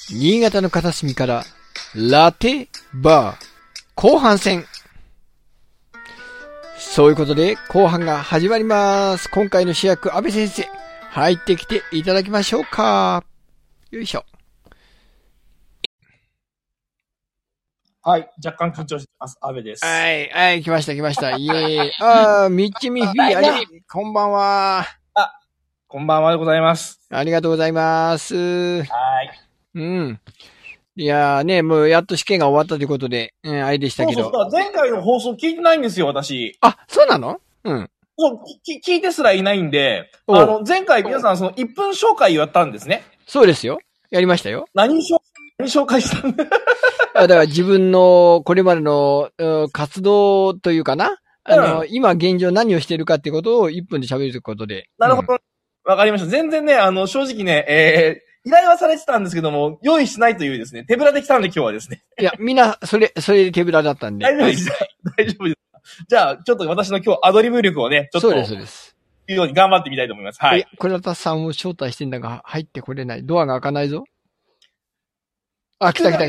新潟の片隅からラテバー後半戦。そういうことで後半が始まります。今回の主役安倍先生入ってきていただきましょうか。よいしょ。 はい、若干緊張してます。安倍です。 はい、はい、来ました。イエーイ。ミッチミフィー、こんばんは。 こんばんはでございます。 ありがとうございます。 はい。 うん。いやーね、もうやっと試験が終わったということで、あれでしたけど。 そう、前回の放送聞いてないんですよ、私。 あ、そうなの？うん。 そう聞いてすらいないんで、前回皆さんその1分紹介をやったんですね。 そうですよ。やりましたよ。 何紹介したんだだから自分のこれまでの活動というかな。今現状何をしているかっていうことを1分で喋るということで。 なるほど。わかりました。全然ね、正直ね、依頼はされてたんですけども、用意しないというですね、手ぶらで来たんで今日はですね。 いや、みんな、それで手ぶらだったんで。 大丈夫です。大丈夫です。じゃあ、ちょっと私の今日アドリブ力をね、ちょっと。そうです。いうように頑張ってみたいと思います。はい。 倉田さんを招待してんだが、入ってこれない。ドアが開かないぞ。あ、来た。よかった。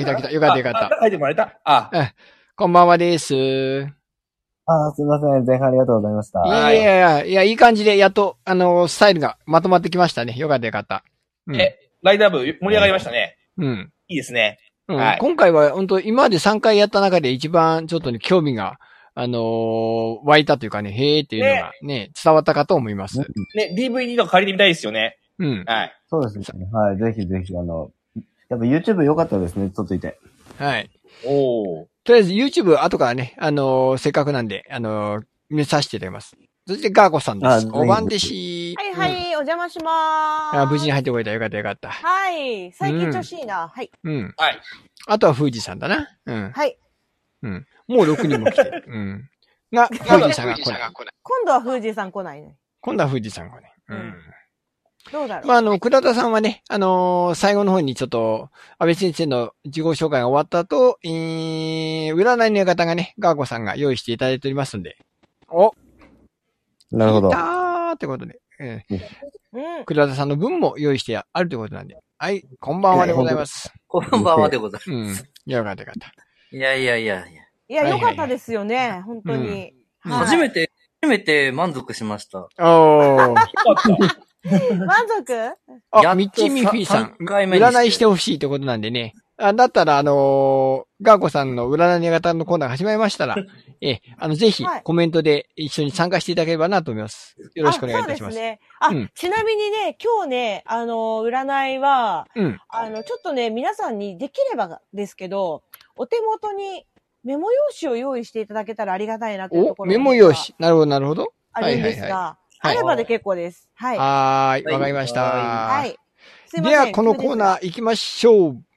入ってもらえた？ こんばんはです。 すいません。前半ありがとうございました。 いや、いい感じで、やっと、スタイルがまとまってきましたね。よかった。 ライダー部盛り上がりましたね。 うん。 いいですね。 はい。今回は、本当今まで3回やった中で一番ちょっとね、興味が、湧いたというかね、へーっていうのがね、伝わったかと思います。 ね、DVD とか借りてみたいですよね。 うん。 はい。 そうですね。はい。ぜひ、やっぱ YouTube 良かったですね、撮っといて。 はい。 おー。 とりあえず YouTube 後からね、せっかくなんで、見させていただきます。そしてガーコさんです。おばんでしー。はい、お邪魔しまーす。 無事に入ってこれた。よかった。 はい。最近調子いいな。はい。 うん。 はい。 あとは富士さんだな。うん。 はい。 うん。もう6人も来てる。うん。が、富士さんが来ない。 今度は富士さん来ないね。 今度は富士さん来ない。うん。 どうだろう。 倉田さんはね、最後の方にちょっと、安倍先生の自己紹介が終わった後、占いの館がね、ガーコさんが用意していただいておりますんで。 なるほど。 来たーってことで。倉田さんの分も用意してあるということなんで。はい、こんばんはでございます。 こんばんはでございます。 よかった。 いや。 いや、よかったですよね、本当に。 初めて満足しました。 満足？ あ、ミッチミフィーさん。占いしてほしいってことなんでね。だったら、ガーコさんの占い型のコーナーが始まりましたら、ぜひコメントで一緒に参加していただければなと思います。よろしくお願いいたします。 そうですね。ちなみにね、今日ね、占いは、ちょっとね、皆さんにできればですけど、お手元にメモ用紙を用意していただけたらありがたいなというところメモ用紙。なるほど。 あるんですが、あればで結構です。はい。 わかりました。 はい。すいません。 では、このコーナー行きましょう。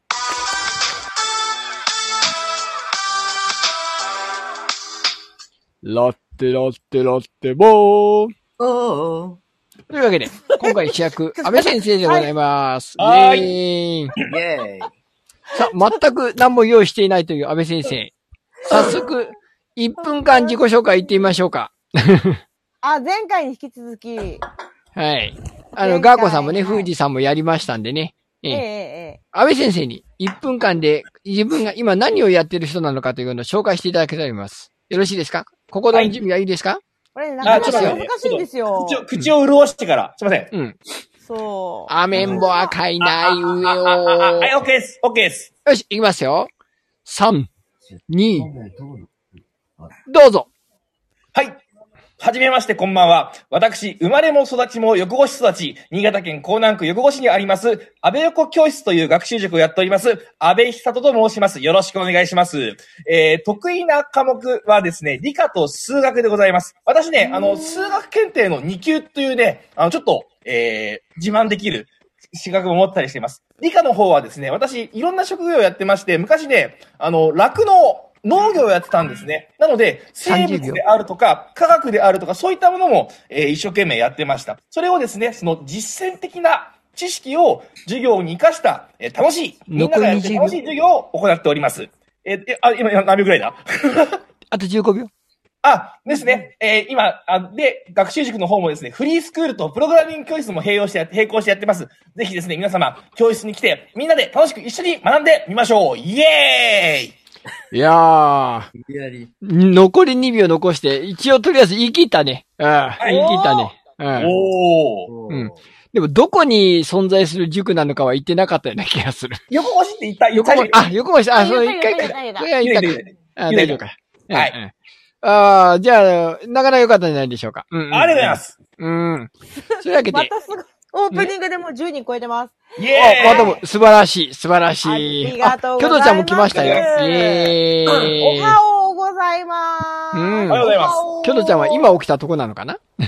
ラッテボー。というわけで、今回主役、安倍先生でございます。 はい。 イェーイ。 さあ、全く何も用意していないという安倍先生。早速、1分間自己紹介言ってみましょうか。 前回に引き続き。 はい。ガーコさんもね、富士さんもやりましたんでね。安倍先生に1分間で自分が今何をやってる人なのかというのを紹介していただけたらと思います。よろしいですか？心の準備はいいですか？ これ、なかなか難しいんですよ。 口を潤してから。すいません。 うん。 そう。 アメンボ赤いない上を。 はい、OK です。OK です。 よし、いきますよ。3、2、どうぞ。 はい。はじめまして、こんばんは。私、生まれも育ちも横越育ち、新潟県江南区横越にあります、安倍横教室という学習塾をやっております、安倍久人と申します。よろしくお願いします。得意な科目はですね、理科と数学でございます。私ね、数学検定の2級というね、ちょっと、自慢できる資格を持ったりしています。理科の方はですね、私、いろんな職業をやってまして、昔ね、酪農、農業をやってたんですね。なので、生物であるとか、科学であるとか、そういったものも、一生懸命やってました。それをですね、その実践的な知識を授業に活かした、楽しい、みんながやって楽しい授業を行っております。今何秒くらいだあと15秒。 ですね。今、で、学習塾の方もですね、フリースクールとプログラミング教室も並行してやってます。ぜひですね、皆様、教室に来て、みんなで楽しく一緒に学んでみましょう。イエーイ。 いやー、残り2秒残して、一応とりあえず言い切ったね。言い切ったね。 おー。 でも、どこに存在する塾なのかは言ってなかったような気がする。 横越しって言った。 横越し、そう、一回か。 言った大丈夫か。 はい。 じゃあ、なかなか良かったんじゃないでしょうか。 ありがとうございます。 そういうわけで。 またすぐ、オープニングでもう10人超えてます。 イエーイ。 またも、素晴らしい。 ありがとうございます。 キョドちゃんも来ましたよ。イエーイ。 おはようございます。 おはようございます。 キョドちゃんは今起きたとこなのかなはい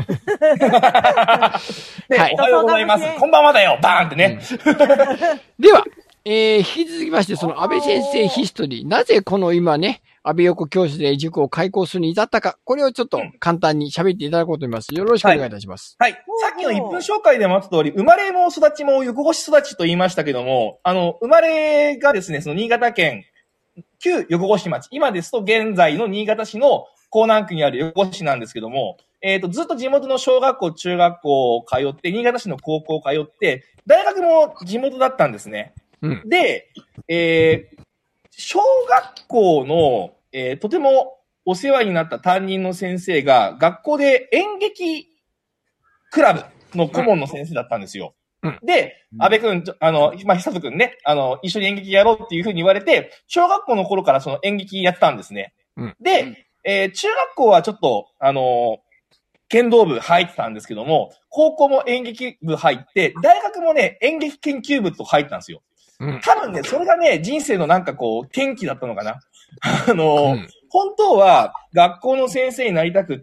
。おはようございます。こんばんはだよ。バーンってね。 では、引き続きまして、その安倍先生ヒストリー、なぜこの今ね、安倍横教室で塾を開講するに至ったか、これをちょっと簡単に喋っていただこうと思います。よろしくお願いいたします。 はい。さっきの1分紹介でもあった通り、生まれも育ちも横越育ちと言いましたけども、生まれがですね、その新潟県、旧横越町、今ですと現在の新潟市の江南区にある横越市なんですけども、ずっと地元の小学校、中学校を通って、新潟市の高校を通って、大学も地元だったんですね。で、小学校の、とてもお世話になった担任の先生が、学校で演劇クラブの顧問の先生だったんですよ。で、安倍くん、久人くんね、一緒に演劇やろうっていうふうに言われて、小学校の頃からその演劇やってたんですね。で、中学校はちょっと、剣道部入ってたんですけども、高校も演劇部入って、大学もね、演劇研究部と入ったんですよ。多分ね、それがね、人生のなんかこう、転機だったのかな。本当は学校の先生になりたくって、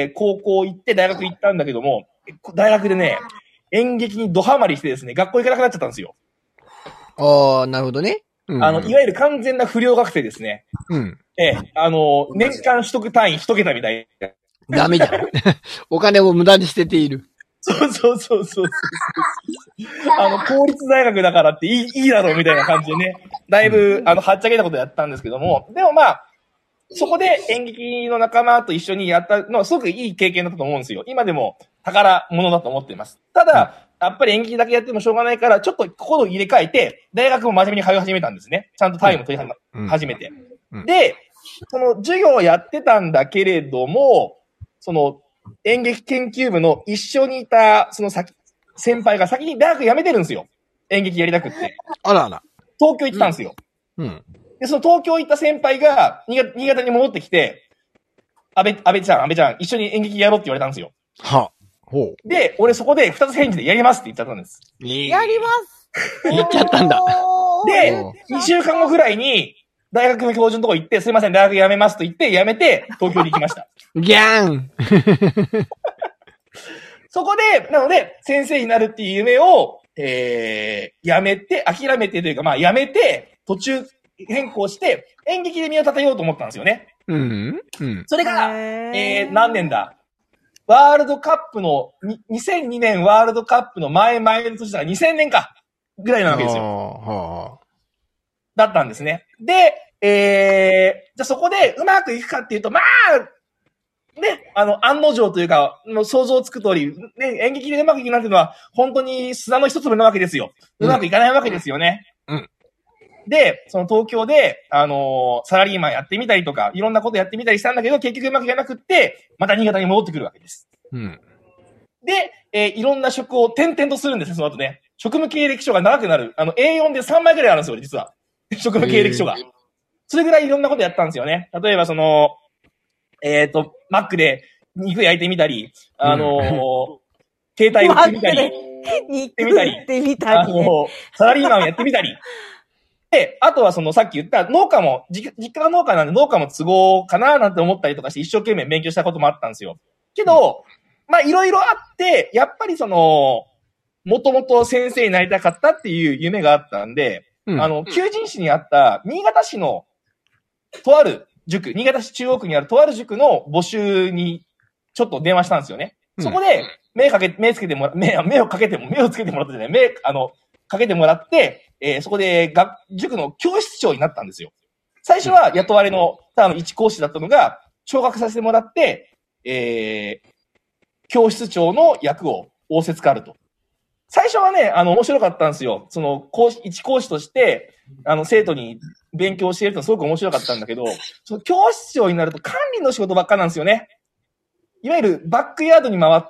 高校行って大学行ったんだけども、大学でね、演劇にドハマりしてですね、学校行かなくなっちゃったんですよ。 なるほどね。 いわゆる完全な不良学生ですね。年間取得単位1桁みたいな。 ダメじゃん。お金を無駄に捨てている。 そう。公立大学だからっていいだろうみたいな感じでね、だいぶ、はっちゃけたことやったんですけども、でもまあ、そこで演劇の仲間と一緒にやったのはすごくいい経験だったと思うんですよ。今でも宝物だと思っています。ただ、やっぱり演劇だけやってもしょうがないから、ちょっと心を入れ替えて、大学も真面目に通い始めたんですね。ちゃんとタイム取り始めて。で、その授業をやってたんだけれども、その演劇研究部の一緒にいた、その先輩が先に大学辞めてるんですよ。演劇やりたくって。 あらあら。 東京行ってたんですよ。で、その東京行った先輩が、新潟に戻ってきて、安倍ちゃん、一緒に演劇やろうって言われたんですよ。で、俺そこで二つ返事でやりますって言っちゃったんです。 やります言っちゃったんだ。 で、2週間後ぐらいに、大学の教授のとこ行って、すいません、大学辞めますと言って、辞めて、東京に行きました。 ギャンそこで、なので、先生になるっていう夢を、諦めてというか、辞めて、途中変更して、演劇で身を立てようと思ったんですよね。それが、何年だワールドカップの、2002年ワールドカップの前の年だから2000年かぐらいなわけですよ。だったんですね。で、じゃあそこでうまくいくかっていうと、ね、案の定というか、想像つく通り、ね、演劇でうまくいくなんていうのは、本当に砂の一粒なわけですよ。うまくいかないわけですよね。で、その東京で、サラリーマンやってみたりとか、いろんなことやってみたりしたんだけど、結局うまくいかなくって、また新潟に戻ってくるわけです。で、いろんな職を転々とするんですね、その後ね。職務経歴書が長くなる。A4 で3枚くらいあるんですよ、実は。職務経歴書が。それぐらいいろんなことやったんですよね。例えばマックで肉焼いてみたり、携帯売ってみたり、サラリーマンをやってみたり。で、あとはさっき言った農家も、実家が農家なんで農家も都合かななんて思ったりとかして一生懸命勉強したこともあったんですよ。けど、いろいろあって、やっぱりもともと先生になりたかったっていう夢があったんで、求人誌にあった新潟市のとある塾、新潟市中央区にあるとある塾の募集にちょっと電話したんですよね。そこで目をかけてもらったじゃない、かけてもらって、そこで塾の教室長になったんですよ。最初は雇われの、一講師だったのが、 昇格させてもらって、教室長の役を仰せつかると。最初はね、面白かったんですよ。一講師として、生徒に勉強しているとすごく面白かったんだけど、その教室長になると管理の仕事ばっかなんですよね。いわゆるバックヤードに回って、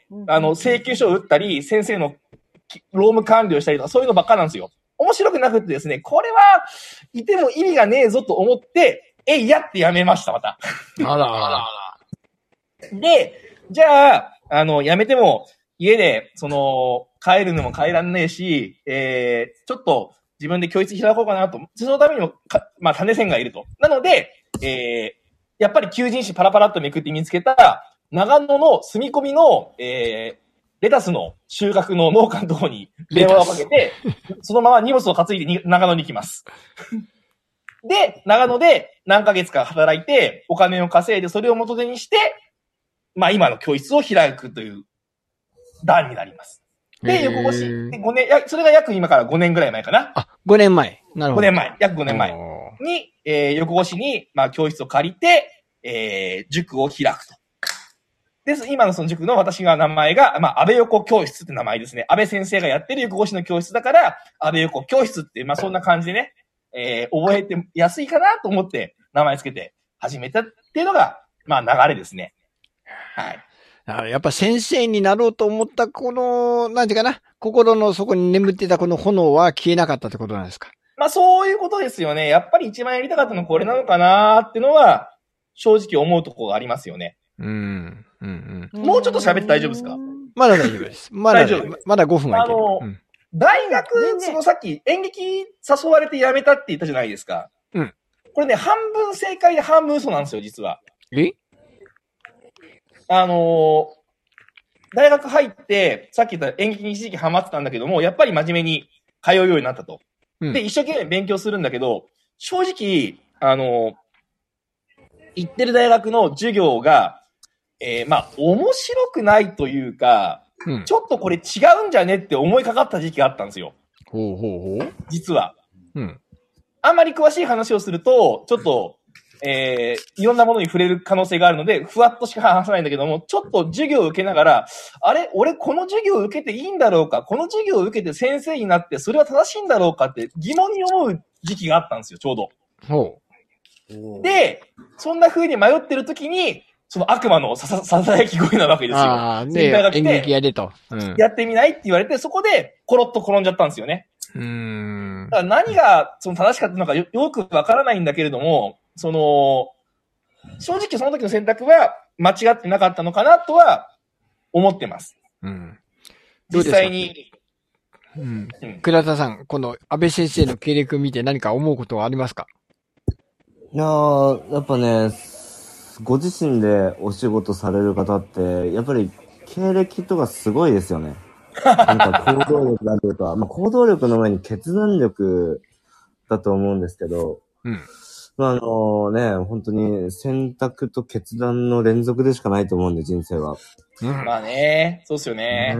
請求書を打ったり、先生の労務管理をしたりとか、そういうのばっかなんですよ。面白くなくてですね、これはいても意味がねえぞと思って、やってやめました、また。 あら。 で、じゃあ、やめても、家で、帰るのも帰らんねえし、ちょっと自分で教室開こうかなと。そのためにも、種線がいると。なので、やっぱり求人誌パラパラっとめくって見つけた、長野の住み込みの、レタスの収穫の農家のところに電話をかけて、そのまま荷物を担いで長野に行きます。で、長野で何ヶ月か働いて、お金を稼いで、それを元手にして、今の教室を開くという段になります。で、横越し、で5年、それが約今から5年ぐらい前かな。 5年前。なるほど。 約5年前に、横越しに、教室を借りて、塾を開くと。です。今のその塾の私が名前が、安倍横教室って名前ですね。安倍先生がやってる横越しの教室だから、安倍横教室って、そんな感じでね、覚えてやすいかなと思って名前つけて始めたっていうのが、流れですね。はい。 やっぱ先生になろうと思ったこの、なんていうかな、心の底に眠ってたこの炎は消えなかったってことなんですか？ そういうことですよね。やっぱり一番やりたかったのはこれなのかなっていうのは、正直思うところがありますよね。もうちょっと喋って大丈夫ですか？ まだ大丈夫です。まだ5分はいける。 大学、さっき演劇誘われて辞めたって言ったじゃないですか。これね、半分正解で半分嘘なんですよ、実は。大学入って、さっき言った演劇に一時期ハマってたんだけども、やっぱり真面目に通うようになったと。で、一生懸命勉強するんだけど、正直、行ってる大学の授業が、面白くないというか、ちょっとこれ違うんじゃねって思いかかった時期があったんですよ。実は。あんまり詳しい話をすると、ちょっと、いろんなものに触れる可能性があるので、ふわっとしか話さないんだけども、ちょっと授業を受けながら、あれ俺この授業を受けていいんだろうか、この授業を受けて先生になってそれは正しいんだろうかって疑問に思う時期があったんですよ、ちょうど。で、そんな風に迷ってる時に、その悪魔のささやき声なわけですよ。 先輩が来て、演劇やれと、 やってみないって言われて、そこでコロッと転んじゃったんですよね。だから何がその正しかったのか よくわからないんだけれども、正直その時の選択は間違ってなかったのかなとは思ってます。実際に。 倉田さん、この安倍先生の経歴を見て何か思うことはありますか？ やっぱね、ご自身でお仕事される方って、やっぱり経歴とかすごいですよね。なんか行動力だとか、行動力の前に決断力だと思うんですけど、本当に選択と決断の連続でしかないと思うんで、人生は。 そうっすよね。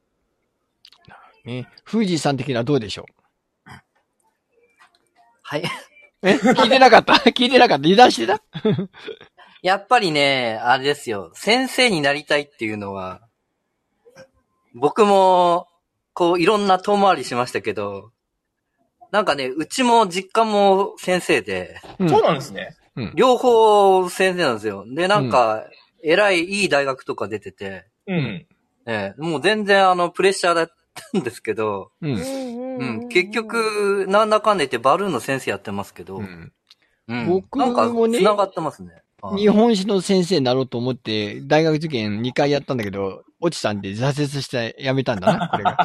富士さん的にはどうでしょう？ はい。 聞いてなかった油断してたやっぱりね、あれですよ。先生になりたいっていうのは、僕も、いろんな遠回りしましたけど、なんかね、うちも実家も先生で。 そうなんですね。 両方先生なんですよ。で、なんか、いい大学とか出てて、もう全然プレッシャーだったんですけど、結局、なんだかんだ言ってバルーンの先生やってますけど、 僕もね、 繋がってますね。 日本史の先生になろうと思って、大学受験2回やったんだけど、落ちたんで挫折してやめたんだな、これが。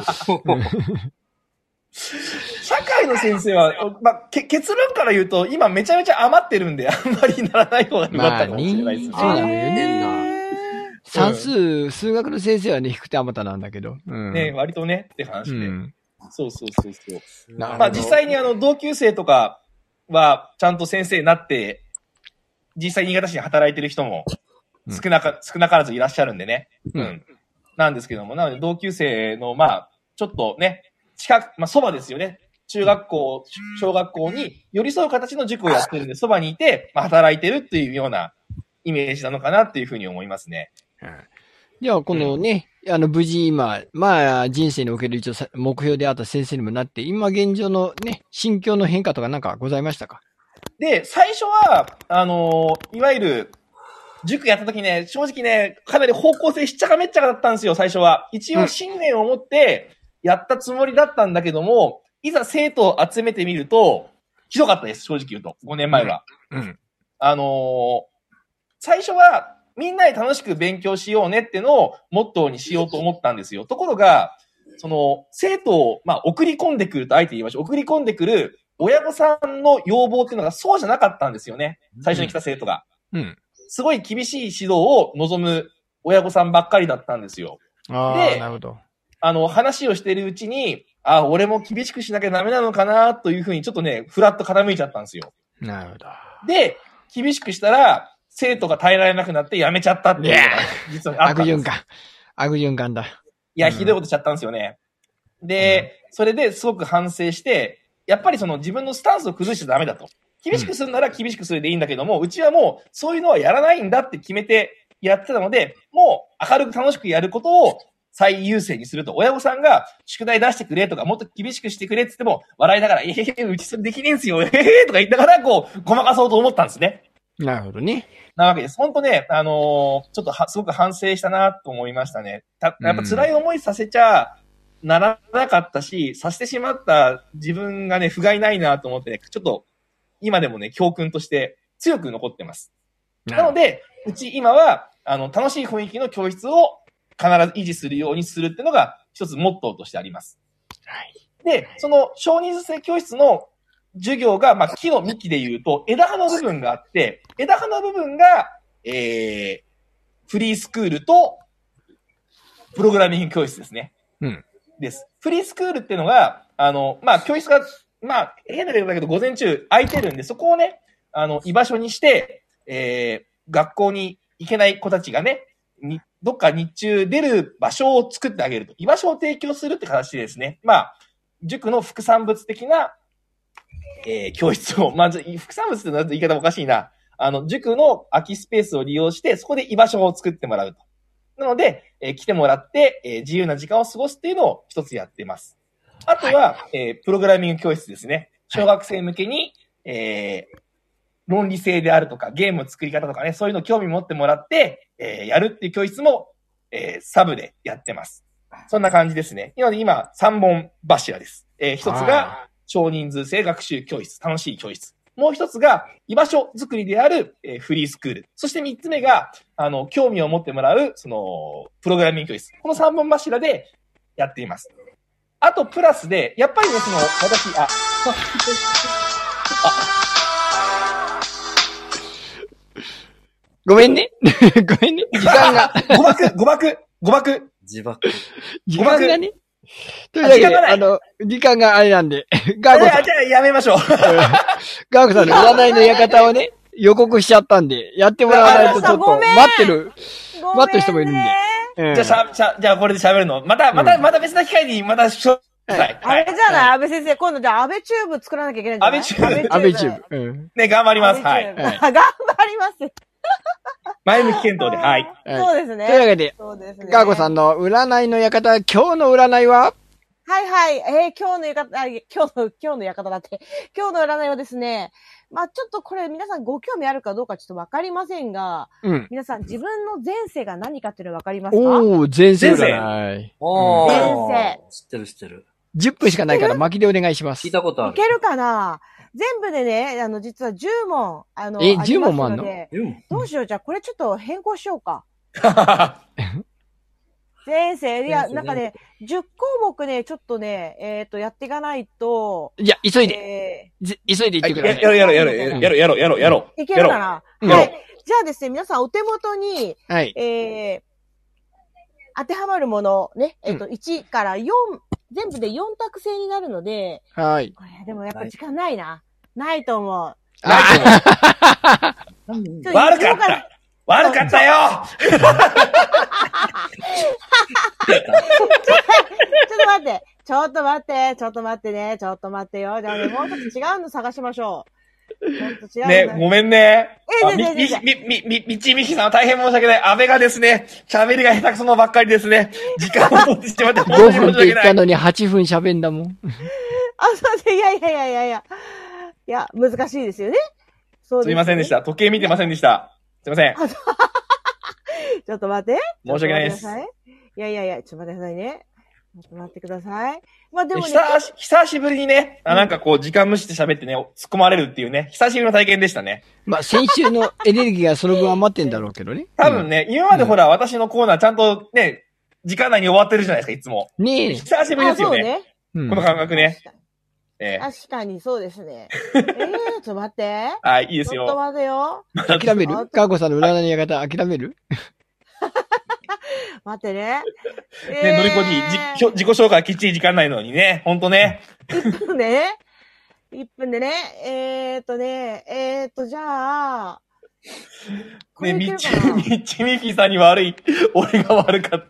社会の先生は、結論から言うと、今めちゃめちゃ余ってるんで、あんまりならない方が良かったかもしれないですね。 そうなのよね。算数、数学の先生はね、低くてあまたなんだけど。 割とね、って話で。そう。実際に同級生とかは、ちゃんと先生になって、実際新潟市に働いてる人も少なからずいらっしゃるんでね。なんですけども、なので同級生の、ちょっとね、そばですよね。中学校、小学校に寄り添う形の塾をやってるんで、そばにいて、働いてるっていうようなイメージなのかなっていうふうに思いますね。 じゃあ、このね、無事今、まあ、人生における一応目標であった先生にもなって、今現状のね、心境の変化とかなんかございましたか？ で、最初は、いわゆる、塾やった時ね、正直ね、かなり方向性しっちゃかめっちゃかだったんですよ、最初は。一応信念を持ってやったつもりだったんだけども、いざ生徒を集めてみると、ひどかったです、正直言うと。5年前は。最初は、みんなで楽しく勉強しようねっていうのをモットーにしようと思ったんですよ。ところが、生徒を、送り込んでくると、あえて言いましょう。送り込んでくる親御さんの要望っていうのがそうじゃなかったんですよね。最初に来た生徒が。すごい厳しい指導を望む親御さんばっかりだったんですよ。 で、なるほど。 話をしているうちに、俺も厳しくしなきゃダメなのかなというふうにちょっとね、ふらっと傾いちゃったんですよ。 なるほど。 で、厳しくしたら、生徒が耐えられなくなって辞めちゃったっていうのが実はあったんです。 悪循環だ。 いや、ひどいことしちゃったんですよね。で、それですごく反省して、やっぱり自分のスタンスを崩しちゃダメだと。厳しくするなら厳しくするでいいんだけども、うちはもうそういうのはやらないんだって決めてやってたので、もう明るく楽しくやることを最優先にすると。親御さんが宿題出してくれとか、もっと厳しくしてくれって言っても、笑いながら、うちそれできねえんすよ、とか言いながら、ごまかそうと思ったんですね。 なるほどね。 なわけです。本当ね、ちょっとすごく反省したなと思いましたね。やっぱ辛い思いさせちゃならなかったし、させてしまった自分がね、不甲斐ないなと思って、ね、ちょっと今でもね、教訓として強く残ってます。なので、うち今は、楽しい雰囲気の教室を必ず維持するようにするっていうのが一つモットーとしてあります。はい。で、その少人数制教室の授業が、木の幹で言うと、枝葉の部分があって、枝葉の部分が、フリースクールと、プログラミング教室ですね。です。フリースクールっていうのが、教室が、変な言うだけど、午前中空いてるんで、そこをね、居場所にして、学校に行けない子たちがね、どっか日中出る場所を作ってあげると。居場所を提供するって形でですね。塾の副産物的な、教室を、まず、副産物って言い方おかしいな。塾の空きスペースを利用して、そこで居場所を作ってもらうと。なので、来てもらって、自由な時間を過ごすっていうのを一つやっています。あとは、プログラミング教室ですね。小学生向けに、論理性であるとか、ゲームの作り方とかね、そういうの興味持ってもらって、やるっていう教室も、サブでやってます。そんな感じですね。今3本柱です。一つが、少人数制学習教室、楽しい教室。もう一つが、居場所作りである、フリースクール。そして三つ目が、興味を持ってもらう、プログラミング教室。この3本柱でやっています。あと、プラスで、やっぱりね、 ごめんね。ごめんね。時間が。 誤爆。 時間がね。というわけで、時間があれなんで、 ガーコさん。じゃあやめましょう。 ガーコさんの占いの館をね、予告しちゃったんで、やってもらわないとちょっと待ってる人もいるんで。 じゃあこれで喋るの。また別な機会に、 あれじゃない安倍先生、今度じゃあ安倍チューブ作らなきゃいけないんじゃない？ 安倍チューブ。 ね、頑張ります。はい。 頑張ります。 前向き検討で、はい。 そうですね。 というわけで、ガーコさんの占いの館、今日の占いは？ はい。今日の館だって、今日の占いはですね、ちょっとこれ皆さんご興味あるかどうかちょっとわかりませんが、皆さん自分の前世が何かっていうのわかりますか？ 前世占い。 前世。知ってる。 10分しかないから巻きでお願いします。 聞いたことある。 いけるかな？全部でね、実は10問、 10問もあんの？ どうしよう、じゃあこれちょっと変更しようか。前世、いや、なんかね、10項目ね、ちょっとね、やっていかないと。 いや、急いで言ってください。 やろう。 いけるかな？はい。じゃあですね、皆さんお手元に、当てはまるもの、ね、1から4、全部で4択制になるので、 はい。 これでもやっぱ時間ないな。ないと思う。 悪かったよちょっと待ってよ。じゃあね、もう一つ違うの探しましょう。 ね、ごめんね。みちみしさん大変申し訳ない。安倍がですね、喋りが下手くそのばっかりですね。時間を取ってしまって本当に申し訳ない。5分って言ったのに8分喋んだもん。 そうで、いや、難しいですよね。 そうですね。すみませんでした。時計見てませんでした。すみません。 ちょっと待って。 申し訳ないです。 いや、ちょっと待ってくださいね。ちょっと待ってください。まあでもね。 久しぶりにね、なんかこう、時間無視して喋ってね、突っ込まれるっていうね、久しぶりの体験でしたね。 まあ先週のエネルギーがその分余ってんだろうけどね。 多分ね、今までほら、私のコーナーちゃんとね、時間内に終わってるじゃないですか、いつも。 ねえ。 久しぶりですよね。この感覚ね。 確かにそうですね。ちょっと待って。 はい、いいですよ。 ちょっと待てよ。 諦める？かーこさんの占い方諦める？ 待ってね。 ね、のりこに自己紹介きっちり時間ないのにね、ほんとね。 1分でね。1分でね。じゃあ。 ね、みちみきさんに悪い。俺が悪かった。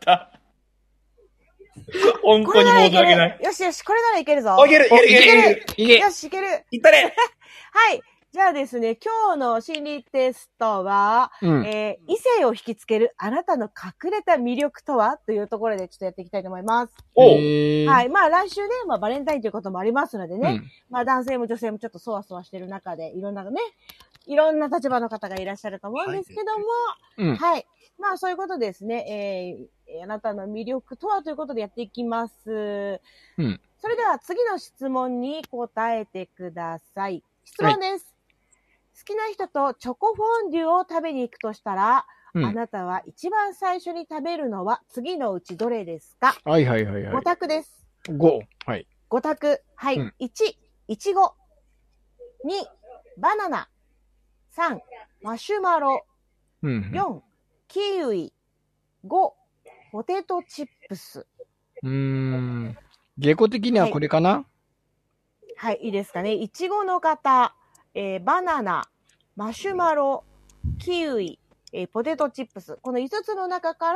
本当に申し訳ない。 よし、これならいけるぞ。 いける。 よし、いける。 いったね。 はい。じゃあですね、今日の心理テストは、異性を引きつけるあなたの隠れた魅力とはというところでちょっとやっていきたいと思います。はい。まあ来週ね、バレンタインということもありますのでね、まあ男性も女性もちょっとそわそわしてる中で、いろんな立場の方がいらっしゃると思うんですけども、はい。まあそういうことですね、あなたの魅力とはということでやっていきます。それでは次の質問に答えてください。質問です。好きな人とチョコフォンデュを食べに行くとしたら、あなたは一番最初に食べるのは次のうちどれですか？ はい。 5択です。 5。はい。 5択。はい。1、いちご。2、バナナ。3、マシュマロ。4、キウイ。5、ポテトチップス。 下戸的にはこれかな？ はい、いいですかね。いちごの方。バナナ、マシュマロ、キウイ、ポテトチップス。この5つの中から、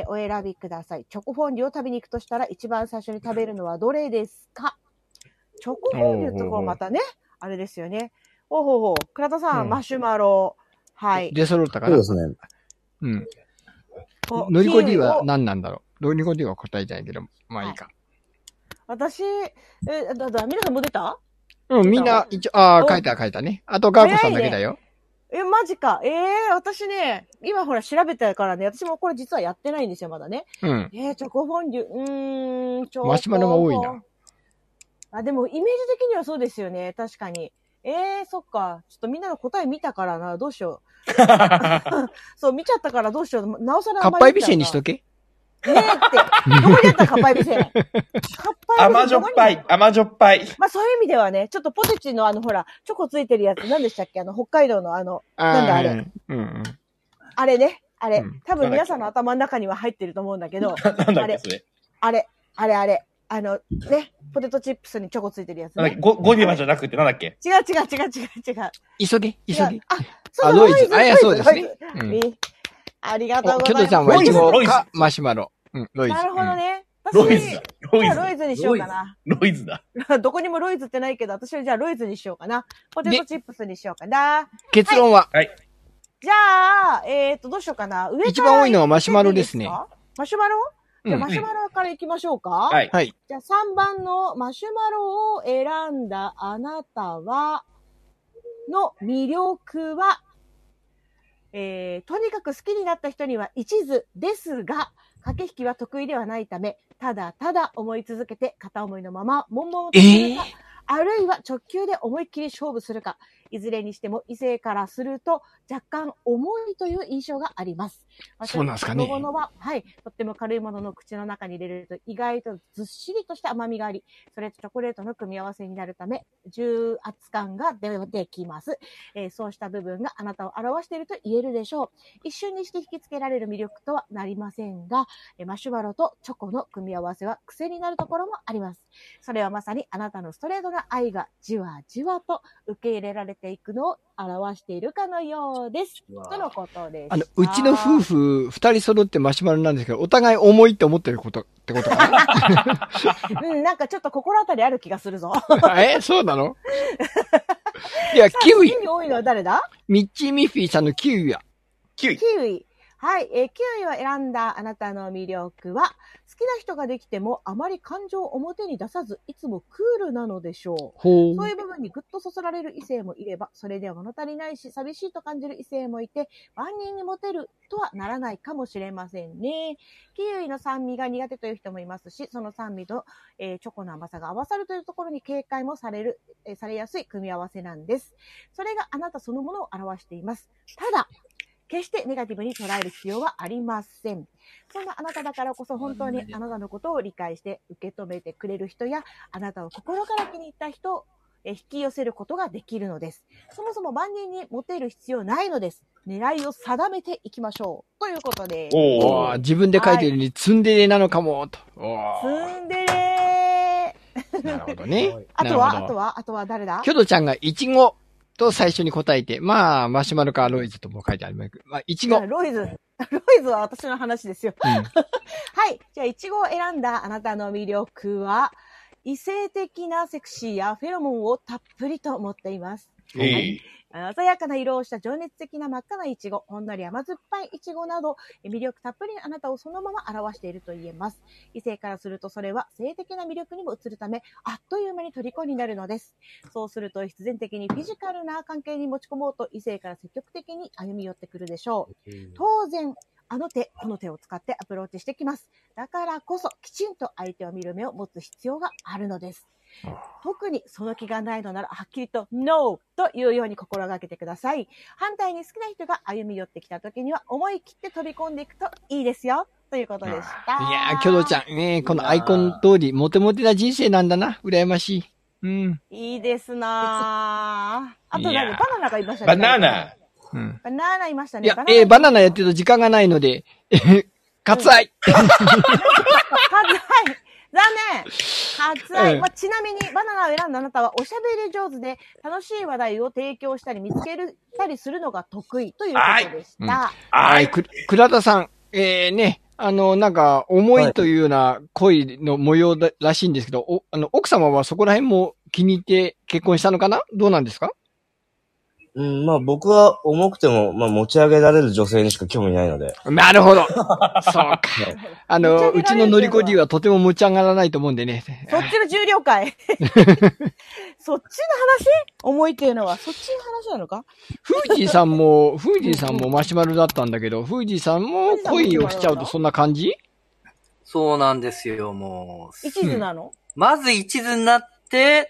お選びください。チョコフォンデュを食べに行くとしたら一番最初に食べるのはどれですか？チョコフォンデュってこうまたね、あれですよね。倉田さん、マシュマロ。はい。 出揃ったかな？ そうですね。 のりこ D は何なんだろう？のりこ D は答えたいけど、まあいいか。 私、皆さんも出た？ みんな、一応、書いたね。あと、ガーコさんだけだよ。 マジか。私ね、今ほら調べたからね、私もこれ実はやってないんですよ、まだね。チョコフォンデュ、 マシュマロが多いな。 でも、イメージ的にはそうですよね、確かに。そっか。ちょっとみんなの答え見たからな、どうしよう。そう、見ちゃったからどうしよう。なおさらかっぱえびせんにしとけ。 って。どこにあったかっぱえびせん。 甘じょっぱい。 まあそういう意味ではね、ちょっとポテチのほら、チョコついてるやつ、何でしたっけ？北海道のなんだあれ。あれね。あれ。多分皆さんの頭の中には入ってると思うんだけど。 なんだっけそれ。 あれ。ね、ポテトチップスにチョコついてるやつね。 ゴディバじゃなくてなんだっけ？ 違う。 急げ。 ロイズ。 そうですね。 ありがとうございます。 キョトちゃんはイチゴかマシュマロ。ロイズ。 なるほどね。 ロイズロイズにしようかな。 ロイズだ。 どこにもロイズってないけど、私はじゃあロイズにしようかな。ポテトチップスにしようかな。 結論は？ はい。 じゃあ、どうしようかな。上から一番多いのはマシュマロですね。 マシュマロ？じゃあマシュマロから行きましょうか。 はい。 じゃあ3番のマシュマロを選んだあなたの魅力は、とにかく好きになった人には一途ですが、駆け引きは得意ではないため、ただただ思い続けて片思いのまま悶々とするか、あるいは直球で思いっきり勝負するか、いずれにしても異性からすると若干重いという印象があります。 そうなんですかね。 このものは、はい、とっても軽いものの口の中に入れると意外とずっしりとした甘みがあり、それとチョコレートの組み合わせになるため、重圧感が出てきます。そうした部分があなたを表していると言えるでしょう。一瞬にして引きつけられる魅力とはなりませんが、マシュマロとチョコの組み合わせは癖になるところもあります。それはまさにあなたのストレートな愛がじわじわと受け入れられていくのを表しているかのようです。とのことでした。 うちの夫婦二人揃ってマシュマロなんですけど、お互い重いって思ってることってことかな。 なんかちょっと心当たりある気がするぞ。 そうなの？ では、キウイ。 次に多いのは誰だ？ ミッチー・ミッフィーさんのキウイは？ キウイ。 キウイ。はい。キウイを選んだあなたの魅力は、好きな人ができてもあまり感情を表に出さず、いつもクールなのでしょう。そういう部分にぐっとそそられる異性もいれば、それでは物足りないし、寂しいと感じる異性もいて、万人にモテるとはならないかもしれませんね。キウイの酸味が苦手という人もいますし、その酸味と、チョコの甘さが合わさるというところに警戒もされやすい組み合わせなんです。それがあなたそのものを表しています。ただ、決してネガティブに捉える必要はありません。そんなあなただからこそ本当にあなたのことを理解して受け止めてくれる人や、あなたを心から気に入った人を引き寄せることができるのです。そもそも万人にモテる必要ないのです。狙いを定めていきましょう。ということで。 自分で書いてるようにツンデレなのかも、と。 ツンデレなるほどね。 あとは誰だ？ キョドちゃんがイチゴと最初に答えて、まあ、マシュマロかロイズとも書いてありますけど、まあ、イチゴ。 ロイズは私の話ですよ。はい。じゃあ、イチゴを選んだあなたの魅力は、異性的なセクシーやフェロモンをたっぷりと持っています。鮮やかな色をした情熱的な真っ赤なイチゴ、ほんのり甘酸っぱいイチゴなど、魅力たっぷりなあなたをそのまま表していると言えます。異性からするとそれは性的な魅力にも映るため、あっという間に虜になるのです。そうすると必然的にフィジカルな関係に持ち込もうと異性から積極的に歩み寄ってくるでしょう。当然、あの手、この手を使ってアプローチしてきます。だからこそ、きちんと相手を見る目を持つ必要があるのです。特にその気がないのなら、はっきりと NO というように心がけてください。反対に好きな人が歩み寄ってきた時には、思い切って飛び込んでいくといいですよ。ということでした。 いやー、キョドちゃん、ね、このアイコン通り、モテモテな人生なんだな。羨ましい。うん。 いいですなぁ。あと何？バナナがいましたね。バナナ。 バナナいましたね。 いや、バナナやってると時間がないので、割愛。 残念。割愛。ちなみに、バナナを選んだあなたは、おしゃべり上手で、楽しい話題を提供したり、見つけたりするのが得意ということでした。 はい。倉田さん、なんか、思いというような恋の模様らしいんですけど、奥様はそこら辺も気に入って結婚したのかな？どうなんですか？ まあ僕は重くても、まあ持ち上げられる女性にしか興味ないので。 なるほど。そうか。うちののりこ D はとても持ち上がらないと思うんでね。 そっちの重量界。そっちの話？重いっていうのは、そっちの話なのか？ フージーさんもマシュマロだったんだけど、フージーさんも恋をしちゃうとそんな感じ？ そうなんですよ、もう。 一途なの？ まず一途になって、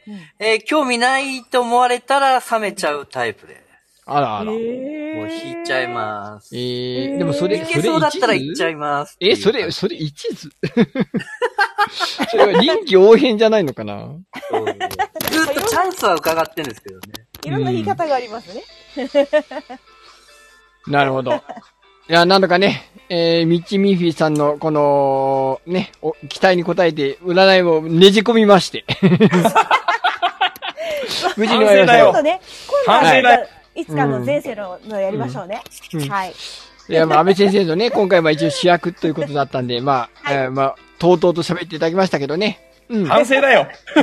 興味ないと思われたら冷めちゃうタイプです。 あら。もう引いちゃいます。 でもそれ、 いけそうだったら行っちゃいます。 それ一途それは臨機応変じゃないのかな？ ずっとチャンスは伺ってるんですけどね。 いろんな言い方がありますね。 なるほど。いや、なんだかね、ミッチ・ミッフィーさんのこの、ね、期待に応えて、占いをねじ込みまして。無事に終わりましたよ。 今度は、いつかの前世のやりましょうね。はい。 いや、安倍先生のね、今回は一応主役ということだったんで、とうとうと喋っていただきましたけどね。 反省だよ。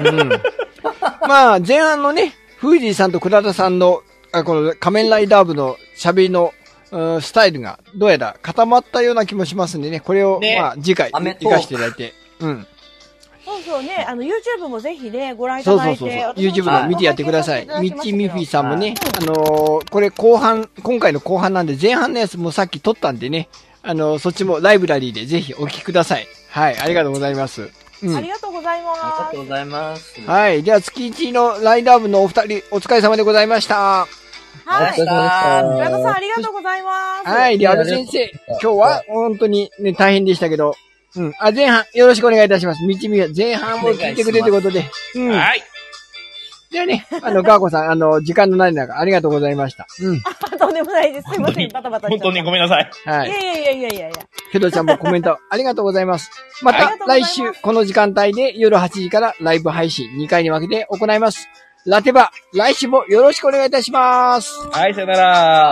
前半のね、フージーさんと倉田さんの、この仮面ライダー部の喋りの、スタイルがどうやら固まったような気もしますんでね、これを、次回、活かしていただいて。 そうね、YouTube もぜひね、ご覧いただいて。 YouTube の見てやってください。ミッチー・ミッフィーさんもね、これ今回の後半なんで、前半のやつもさっき撮ったんでね、そっちもライブラリーでぜひお聞きください。はい、ありがとうございます。 ありがとうございます。 ありがとうございます。 はい、では月1のライダー部のお二人、お疲れ様でございました。 はい。倉田さん、ありがとうございます。 はい。で、安倍先生、今日は本当にね、大変でしたけど、前半、よろしくお願いいたします。みちみは前半を聞いてくれということで。 はい。 ではね、ガーコさん、時間のない中、ありがとうございました。 とんでもないです。すいません、バタバタ。 本当にごめんなさい。 はい。 いや。 ケドちゃんもコメントありがとうございます。また、来週、この時間帯で夜8時からライブ配信2回に分けて行います。ラテバ、来週もよろしくお願いいたします。 はい、さよなら。